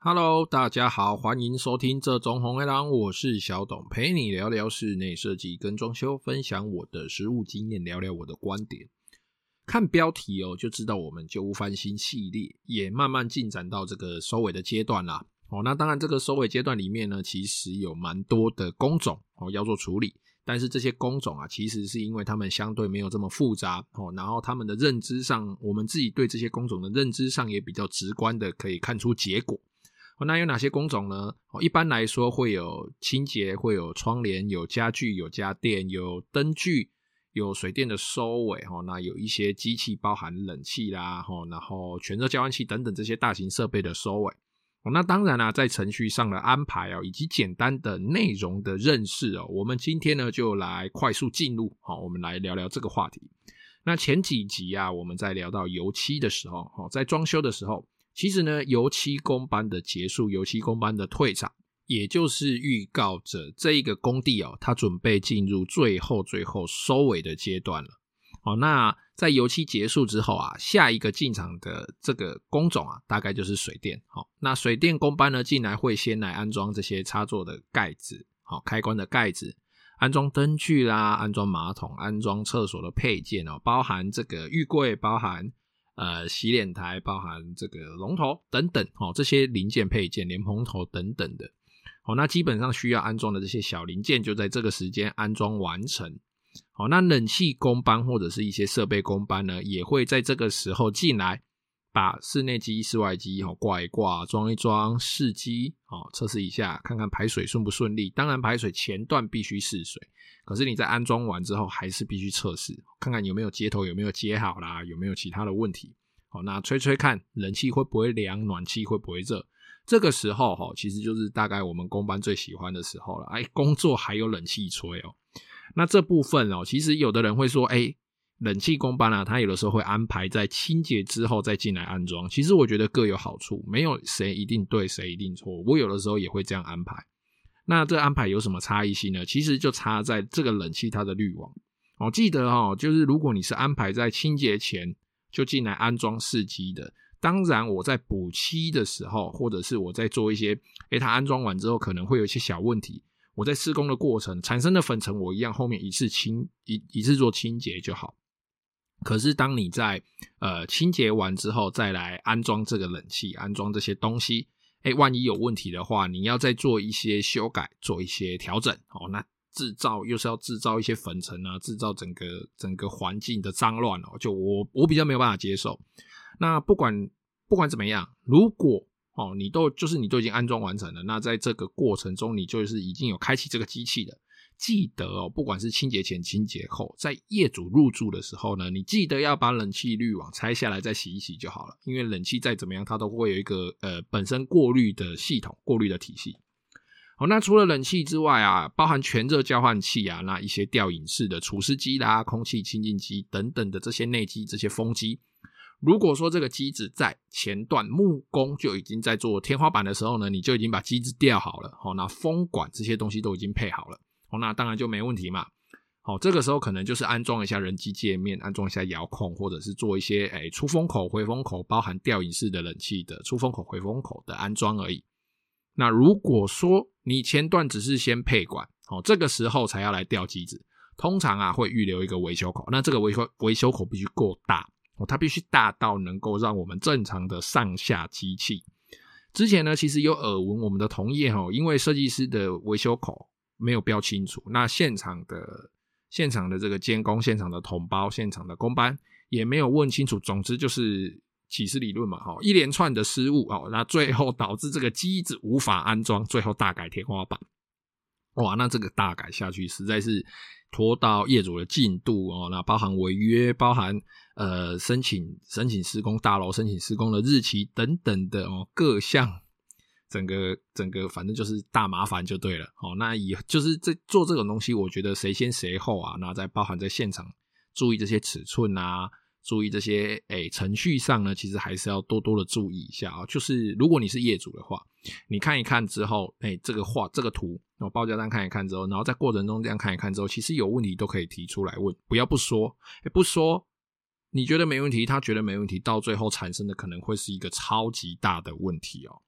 Hello， 大家好，欢迎收听这种红黑狼，我是小董，陪你聊聊室内设计跟装修，分享我的实务经验，聊聊我的观点。看标题就知道我们旧屋翻新系列也慢慢进展到这个收尾的阶段啦。那当然这个收尾阶段里面呢，其实有蛮多的工种要做处理，但是这些工种其实是因为他们相对没有这么复杂然后他们的认知上，我们自己对这些工种的认知上也比较直观的可以看出结果。那有哪些工种呢？一般来说会有清洁，会有窗帘，有家具，有家电，有灯具，有水电的收尾，那有一些机器包含冷气啦，然后全热交换器等等这些大型设备的收尾。那当然在程序上的安排以及简单的内容的认识我们今天呢就来快速进入我们来聊聊这个话题。那前几集我们在聊到油漆的时候，在装修的时候，其实呢油漆工班的结束，油漆工班的退场，也就是预告着这一个工地它准备进入最后收尾的阶段了。那在油漆结束之后下一个进场的这个工种大概就是水电。那水电工班呢进来会先来安装这些插座的盖子，开关的盖子，安装灯具啦，安装马桶，安装厕所的配件包含这个浴柜，包含洗脸台，包含这个龙头等等这些零件配件，莲蓬头等等的那基本上需要安装的这些小零件就在这个时间安装完成。那冷气工班或者是一些设备工班呢，也会在这个时候进来，把室内机室外机挂一挂，装一装，试机测试一下，看看排水顺不顺利。当然排水前段必须试水，可是你在安装完之后还是必须测试，看看有没有接头有没有接好啦，有没有其他的问题。那吹吹看冷气会不会凉，暖气会不会热。这个时候其实就是大概我们工班最喜欢的时候了，工作还有冷气吹那这部分其实有的人会说冷气工班他有的时候会安排在清洁之后再进来安装，其实我觉得各有好处，没有谁一定对谁一定错，我有的时候也会这样安排。那这安排有什么差异性呢？其实就差在这个冷气它的滤网记得就是如果你是安排在清洁前就进来安装试机的，当然我在补漆的时候，或者是我在做一些它安装完之后可能会有一些小问题，我在施工的过程产生的粉尘我一样后面一次做清洁就好。可是当你在清洁完之后再来安装这个冷气，安装这些东西万一有问题的话，你要再做一些修改，做一些调整那又是要制造一些粉尘制造整个环境的脏乱就我比较没有办法接受。那不管怎么样，如果你都已经安装完成了，那在这个过程中你就是已经有开启这个机器了，记得不管是清洁前清洁后，在业主入住的时候呢，你记得要把冷气滤网拆下来再洗一洗就好了，因为冷气再怎么样它都会有一个本身过滤的系统，过滤的体系。那除了冷气之外包含全热交换器那一些吊饮式的除湿机啦，空气清净机等等的这些内机，这些风机，如果说这个机子在前段木工就已经在做天花板的时候呢，你就已经把机子吊好了那风管这些东西都已经配好了那当然就没问题嘛。这个时候可能就是安装一下人机界面，安装一下遥控，或者是做一些出风口回风口，包含吊饮式的冷气的出风口回风口的安装而已。那如果说你前段只是先配管这个时候才要来吊机子，通常会预留一个维修口，那这个维修口必须够大它必须大到能够让我们正常的上下机器。之前呢其实有耳闻我们的同业因为设计师的维修口没有标清楚，那现场的这个监工，现场的统包，现场的工班也没有问清楚，总之就是起司理论嘛一连串的失误那最后导致这个机子无法安装，最后大改天花板。那这个大改下去实在是拖到业主的进度那包含违约，包含申请施工大楼，申请施工的日期等等的各项整个反正就是大麻烦就对了那也就是做这种东西，我觉得谁先谁后那再包含在现场注意这些尺寸注意这些程序上呢，其实还是要多多的注意一下就是如果你是业主的话，你看一看之后这个图报价单看一看之后，然后在过程中这样看一看之后，其实有问题都可以提出来问，不要不说你觉得没问题，他觉得没问题，到最后产生的可能会是一个超级大的问题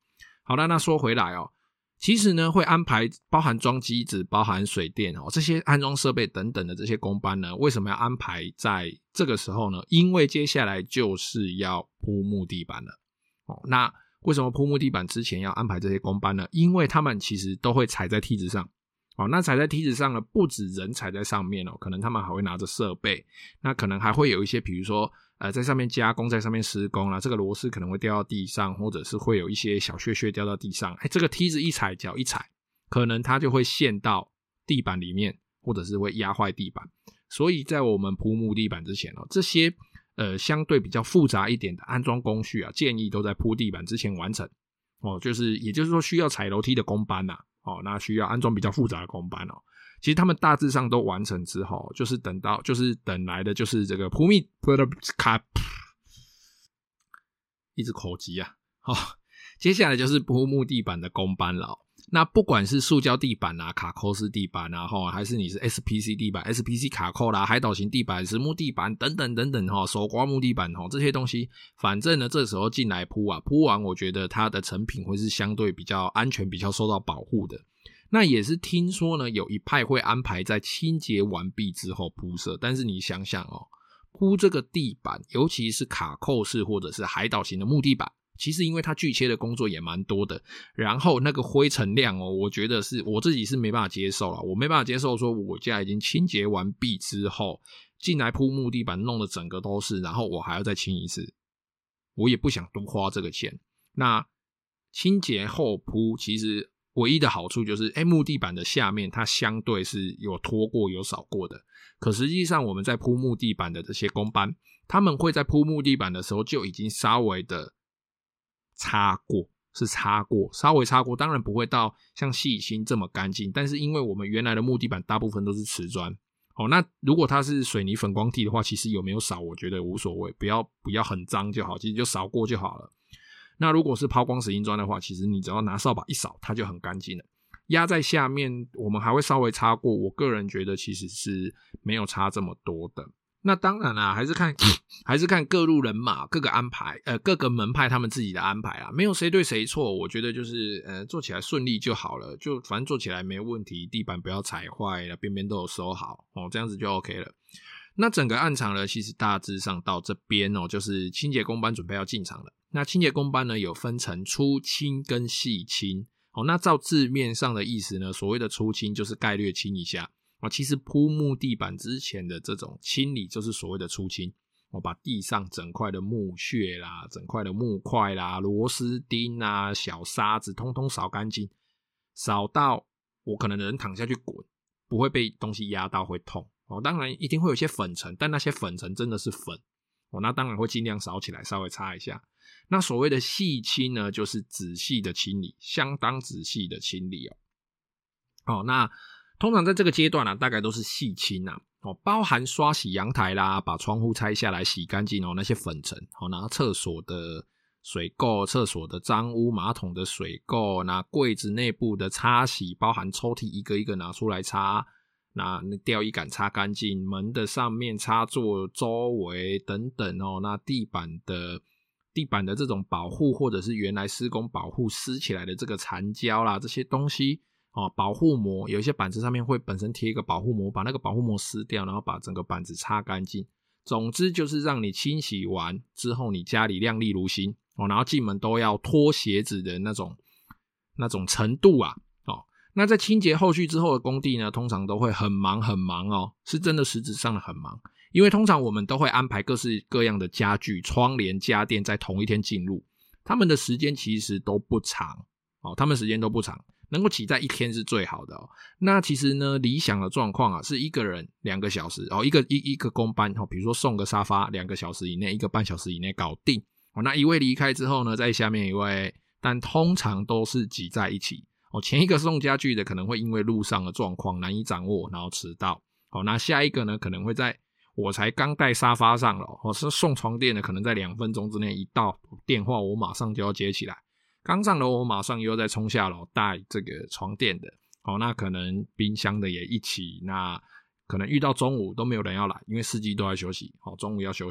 好了，那说回来其实呢会安排包含装机子、包含水电这些安装设备等等的这些工班呢，为什么要安排在这个时候呢？因为接下来就是要铺木地板了那为什么铺木地板之前要安排这些工班呢？因为他们其实都会踩在梯子上那踩在梯子上呢，不止人踩在上面可能他们还会拿着设备，那可能还会有一些比如说在上面加工，在上面施工这个螺丝可能会掉到地上，或者是会有一些小屑屑掉到地上这个梯子一踩，脚一踩，可能它就会陷到地板里面，或者是会压坏地板。所以在我们铺木地板之前这些相对比较复杂一点的安装工序建议都在铺地板之前完成也就是说需要踩楼梯的工班那需要安装比较复杂的工班其实他们大致上都完成之后，就是等来的就是这个铺密一直口急接下来就是铺木地板的工班了那不管是塑胶地板卡扣式地板还是你是 SPC 地板 SPC 卡扣啦，海岛型地板、实木地板等等等等手刮木地板这些东西，反正呢这时候进来铺完我觉得它的成品会是相对比较安全、比较受到保护的。那也是听说呢有一派会安排在清洁完毕之后铺设，但是你想想铺这个地板，尤其是卡扣式或者是海岛型的木地板，其实因为它锯切的工作也蛮多的，然后那个灰尘量我觉得是我自己是没办法接受啦，我没办法接受说我家已经清洁完毕之后进来铺木地板弄得整个都是，然后我还要再清一次，我也不想多花这个钱。那清洁后铺其实唯一的好处就是木地板的下面它相对是有拖过有扫过的，可实际上我们在铺木地板的这些工班，他们会在铺木地板的时候就已经稍微的擦过，稍微擦过，当然不会到像细清这么干净，但是因为我们原来的木地板大部分都是瓷砖那如果它是水泥粉光地的话，其实有没有扫我觉得无所谓，不要很脏就好，其实就扫过就好了。那如果是抛光石英砖的话，其实你只要拿扫把一扫它就很干净了。压在下面我们还会稍微擦过，我个人觉得其实是没有差这么多的。那当然啦，还是看各路人马各个安排各个门派他们自己的安排啦，没有谁对谁错，我觉得就是做起来顺利就好了，就反正做起来没问题，地板不要踩坏了，边边都有收好这样子就 OK 了。那整个案场呢，其实大致上到这边就是清洁工班准备要进场了。那清洁工班呢有分成粗清跟细清那照字面上的意思呢，所谓的粗清就是概略清一下其实铺木地板之前的这种清理就是所谓的粗清把地上整块的木屑啦、整块的木块啦、螺丝钉啊、小沙子通通扫干净，扫到我可能人躺下去滚，不会被东西压到会痛当然一定会有一些粉尘，但那些粉尘真的是粉那当然会尽量扫起来，稍微擦一下。那所谓的细清呢，就是仔细的清理，相当仔细的清理那通常在这个阶段大概都是细清包含刷洗阳台啦，把窗户拆下来洗干净那些粉尘然后厕所的水垢、厕所的脏污、马桶的水垢，那柜子内部的擦洗，包含抽屉一个一个拿出来擦，那吊衣杆擦干净，门的上面、插座周围等等那地板的这种保护，或者是原来施工保护撕起来的这个残胶啦，这些东西保护膜，有一些板子上面会本身贴一个保护膜，把那个保护膜撕掉，然后把整个板子擦干净。总之就是让你清洗完之后，你家里亮丽如新然后进门都要脱鞋子的那种程度那在清洁后续之后的工地呢，通常都会很忙是真的实质上的很忙，因为通常我们都会安排各式各样的家具、窗帘、家电在同一天进入，他们的时间其实都不长能够挤在一天是最好的那其实呢，理想的状况是一个人2个小时一个工班比如说送个沙发2个小时以内，1个半小时以内搞定那一位离开之后呢，在下面一位，但通常都是挤在一起前一个送家具的可能会因为路上的状况难以掌握，然后迟到那下一个呢，可能会在我才刚带沙发上了是送床垫的，可能在2分钟之内一到电话我马上就要接起来，刚上楼我马上又再冲下楼带这个床垫的那可能冰箱的也一起，那可能遇到中午都没有人要来，因为司机都在休息中午要休息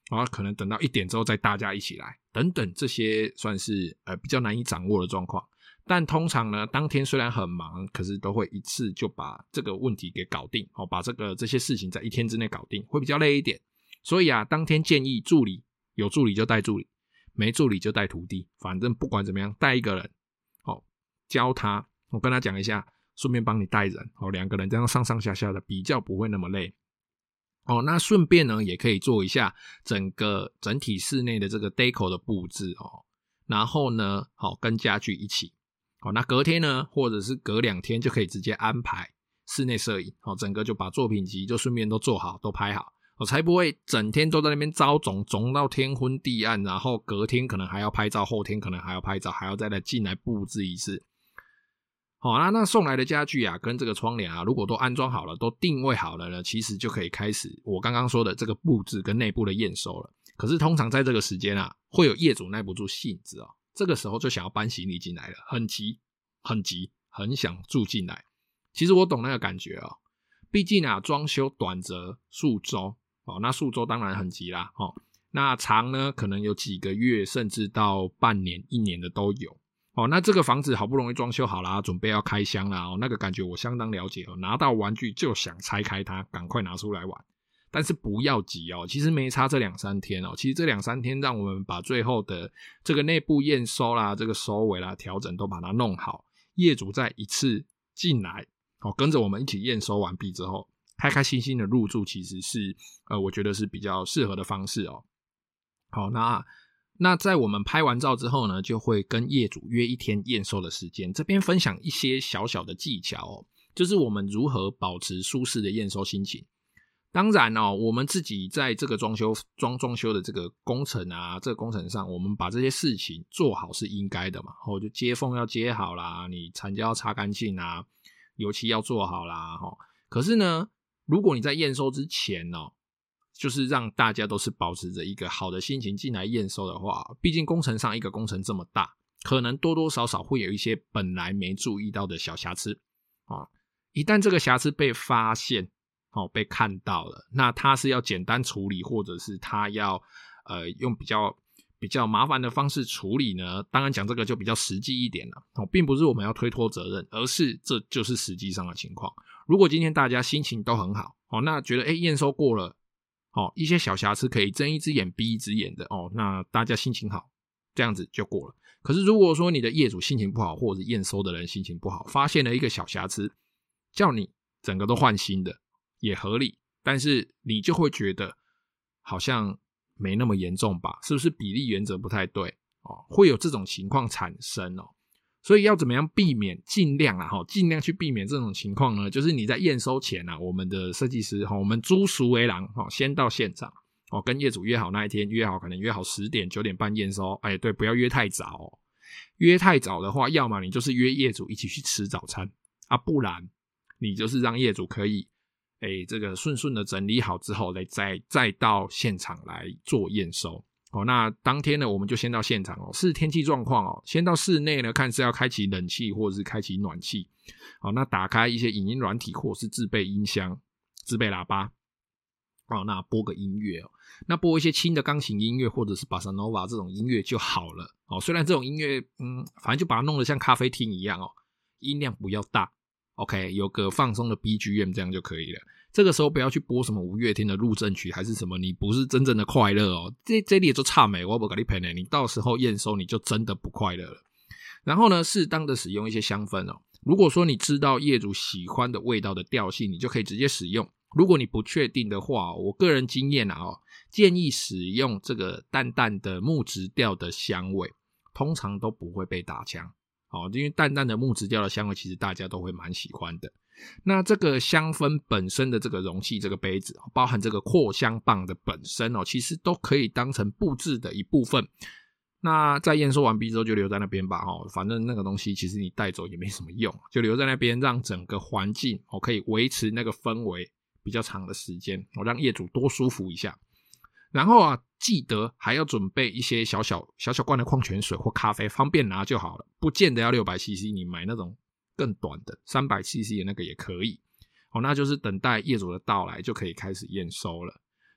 可能等到1点之后再大家一起来等等，这些算是比较难以掌握的状况。但通常呢，当天虽然很忙，可是都会一次就把这个问题给搞定，把这些事情在1天之内搞定，会比较累一点。所以当天建议助理，有助理就带助理，没助理就带徒弟，反正不管怎么样带一个人教他，我跟他讲一下，顺便帮你带人，2个人这样上上下下的比较不会那么累。那顺便呢也可以做一下整体室内的这个 deco 的布置然后呢跟家具一起那隔天呢或者是隔2天就可以直接安排室内摄影整个就把作品集就顺便都做好都拍好才不会整天都在那边招总到天昏地暗，然后隔天可能还要拍照，后天可能还要拍照，还要再来进来布置一次。那送来的家具跟这个窗帘如果都安装好了，都定位好了呢，其实就可以开始我刚刚说的这个布置跟内部的验收了。可是通常在这个时间会有业主耐不住性子这个时候就想要搬行李进来了，很急很想住进来。其实我懂那个感觉毕竟装修短则数周那数周当然很急啦那长呢可能有几个月甚至到半年1年的都有那这个房子好不容易装修好啦，准备要开箱啦那个感觉我相当了解拿到玩具就想拆开它，赶快拿出来玩。但是不要急其实没差这2-3天其实这2-3天让我们把最后的这个内部验收啦，这个收尾啦，调整都把它弄好，业主再一次进来跟着我们一起验收完毕之后，开开心心的入住，其实是我觉得是比较适合的方式好，那在我们拍完照之后呢，就会跟业主约1天验收的时间。这边分享一些小小的技巧就是我们如何保持舒适的验收心情。当然我们自己在这个装修的这个工程这个工程上，我们把这些事情做好是应该的嘛就接缝要接好啦，你残胶要擦干净油漆要做好啦可是呢，如果你在验收之前就是让大家都是保持着一个好的心情进来验收的话，毕竟工程上一个工程这么大，可能多多少少会有一些本来没注意到的小瑕疵一旦这个瑕疵被发现被看到了，那他是要简单处理，或者是他要用比较麻烦的方式处理呢？当然讲这个就比较实际一点了并不是我们要推脱责任，而是这就是实际上的情况。如果今天大家心情都很好那觉得验收过了一些小瑕疵可以睁一只眼闭一只眼的那大家心情好，这样子就过了。可是如果说你的业主心情不好，或者是验收的人心情不好，发现了一个小瑕疵，叫你整个都换新的也合理，但是你就会觉得好像没那么严重吧，是不是比例原则不太对会有这种情况产生所以要怎么样避免，尽量去避免这种情况呢？就是你在验收前我们的设计师我们租熟为狼先到现场跟业主约好那一天，可能约好10点9点半验收对，不要约太早约太早的话，要么你就是约业主一起去吃早餐不然你就是让业主可以这个顺顺的整理好之后再到现场来做验收那当天呢我们就先到现场视天气状况先到室内呢看是要开启冷气或者是开启暖气那打开一些影音软体或是自备音箱自备喇叭那播个音乐那播一些轻的钢琴音乐或者是巴萨诺瓦这种音乐就好了虽然这种音乐反正就把它弄得像咖啡厅一样音量不要大 OK 有个放松的 BGM 这样就可以了。这个时候不要去播什么5月天的入阵曲还是什么，你不是真正的快乐这里也就差没，我不跟你骗你到时候验收你就真的不快乐了。然后呢，适当的使用一些香氛如果说你知道业主喜欢的味道的调性，你就可以直接使用。如果你不确定的话，我个人经验建议使用这个淡淡的木质调的香味，通常都不会被打枪因为淡淡的木质调的香味其实大家都会蛮喜欢的。那这个香氛本身的这个容器这个杯子包含这个扩香棒的本身其实都可以当成布置的一部分。那在验收完毕之后就留在那边吧反正那个东西其实你带走也没什么用，就留在那边让整个环境可以维持那个氛围比较长的时间让业主多舒服一下。然后记得还要准备一些小小罐的矿泉水或咖啡，方便拿就好了，不见得要 600cc， 你买那种更短的 300cc 的那个也可以那就是等待业主的到来就可以开始验收了。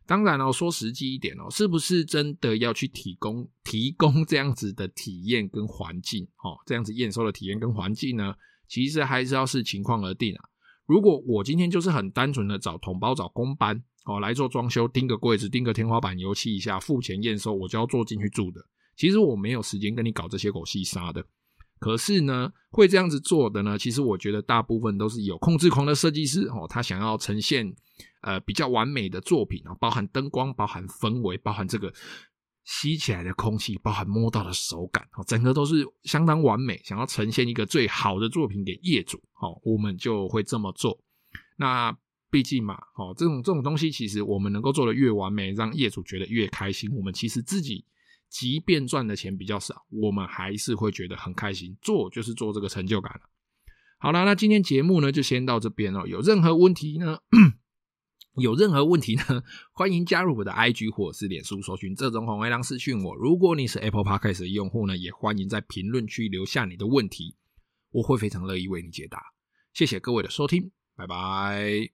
当然说实际一点是不是真的要去提供这样子的体验跟环境这样子验收的体验跟环境呢，其实还是要视情况而定啊。如果我今天就是很单纯的找统包找工班来做装修，钉个柜子钉个天花板油漆一下付钱验收我就要做进去住的，其实我没有时间跟你搞这些狗细沙的。可是呢会这样子做的呢，其实我觉得大部分都是有控制狂的设计师他想要呈现比较完美的作品包含灯光包含氛围包含这个吸起来的空气包含摸到的手感整个都是相当完美，想要呈现一个最好的作品给业主我们就会这么做。那毕竟嘛这种东西其实我们能够做的越完美，让业主觉得越开心，我们其实自己即便赚的钱比较少，我们还是会觉得很开心，做就是做这个成就感了。好啦，那今天节目呢就先到这边有任何问题呢欢迎加入我的 IG 或是脸书搜寻这种红黑狼私讯我。如果你是 Apple Podcast 的用户呢，也欢迎在评论区留下你的问题，我会非常乐意为你解答。谢谢各位的收听，拜拜。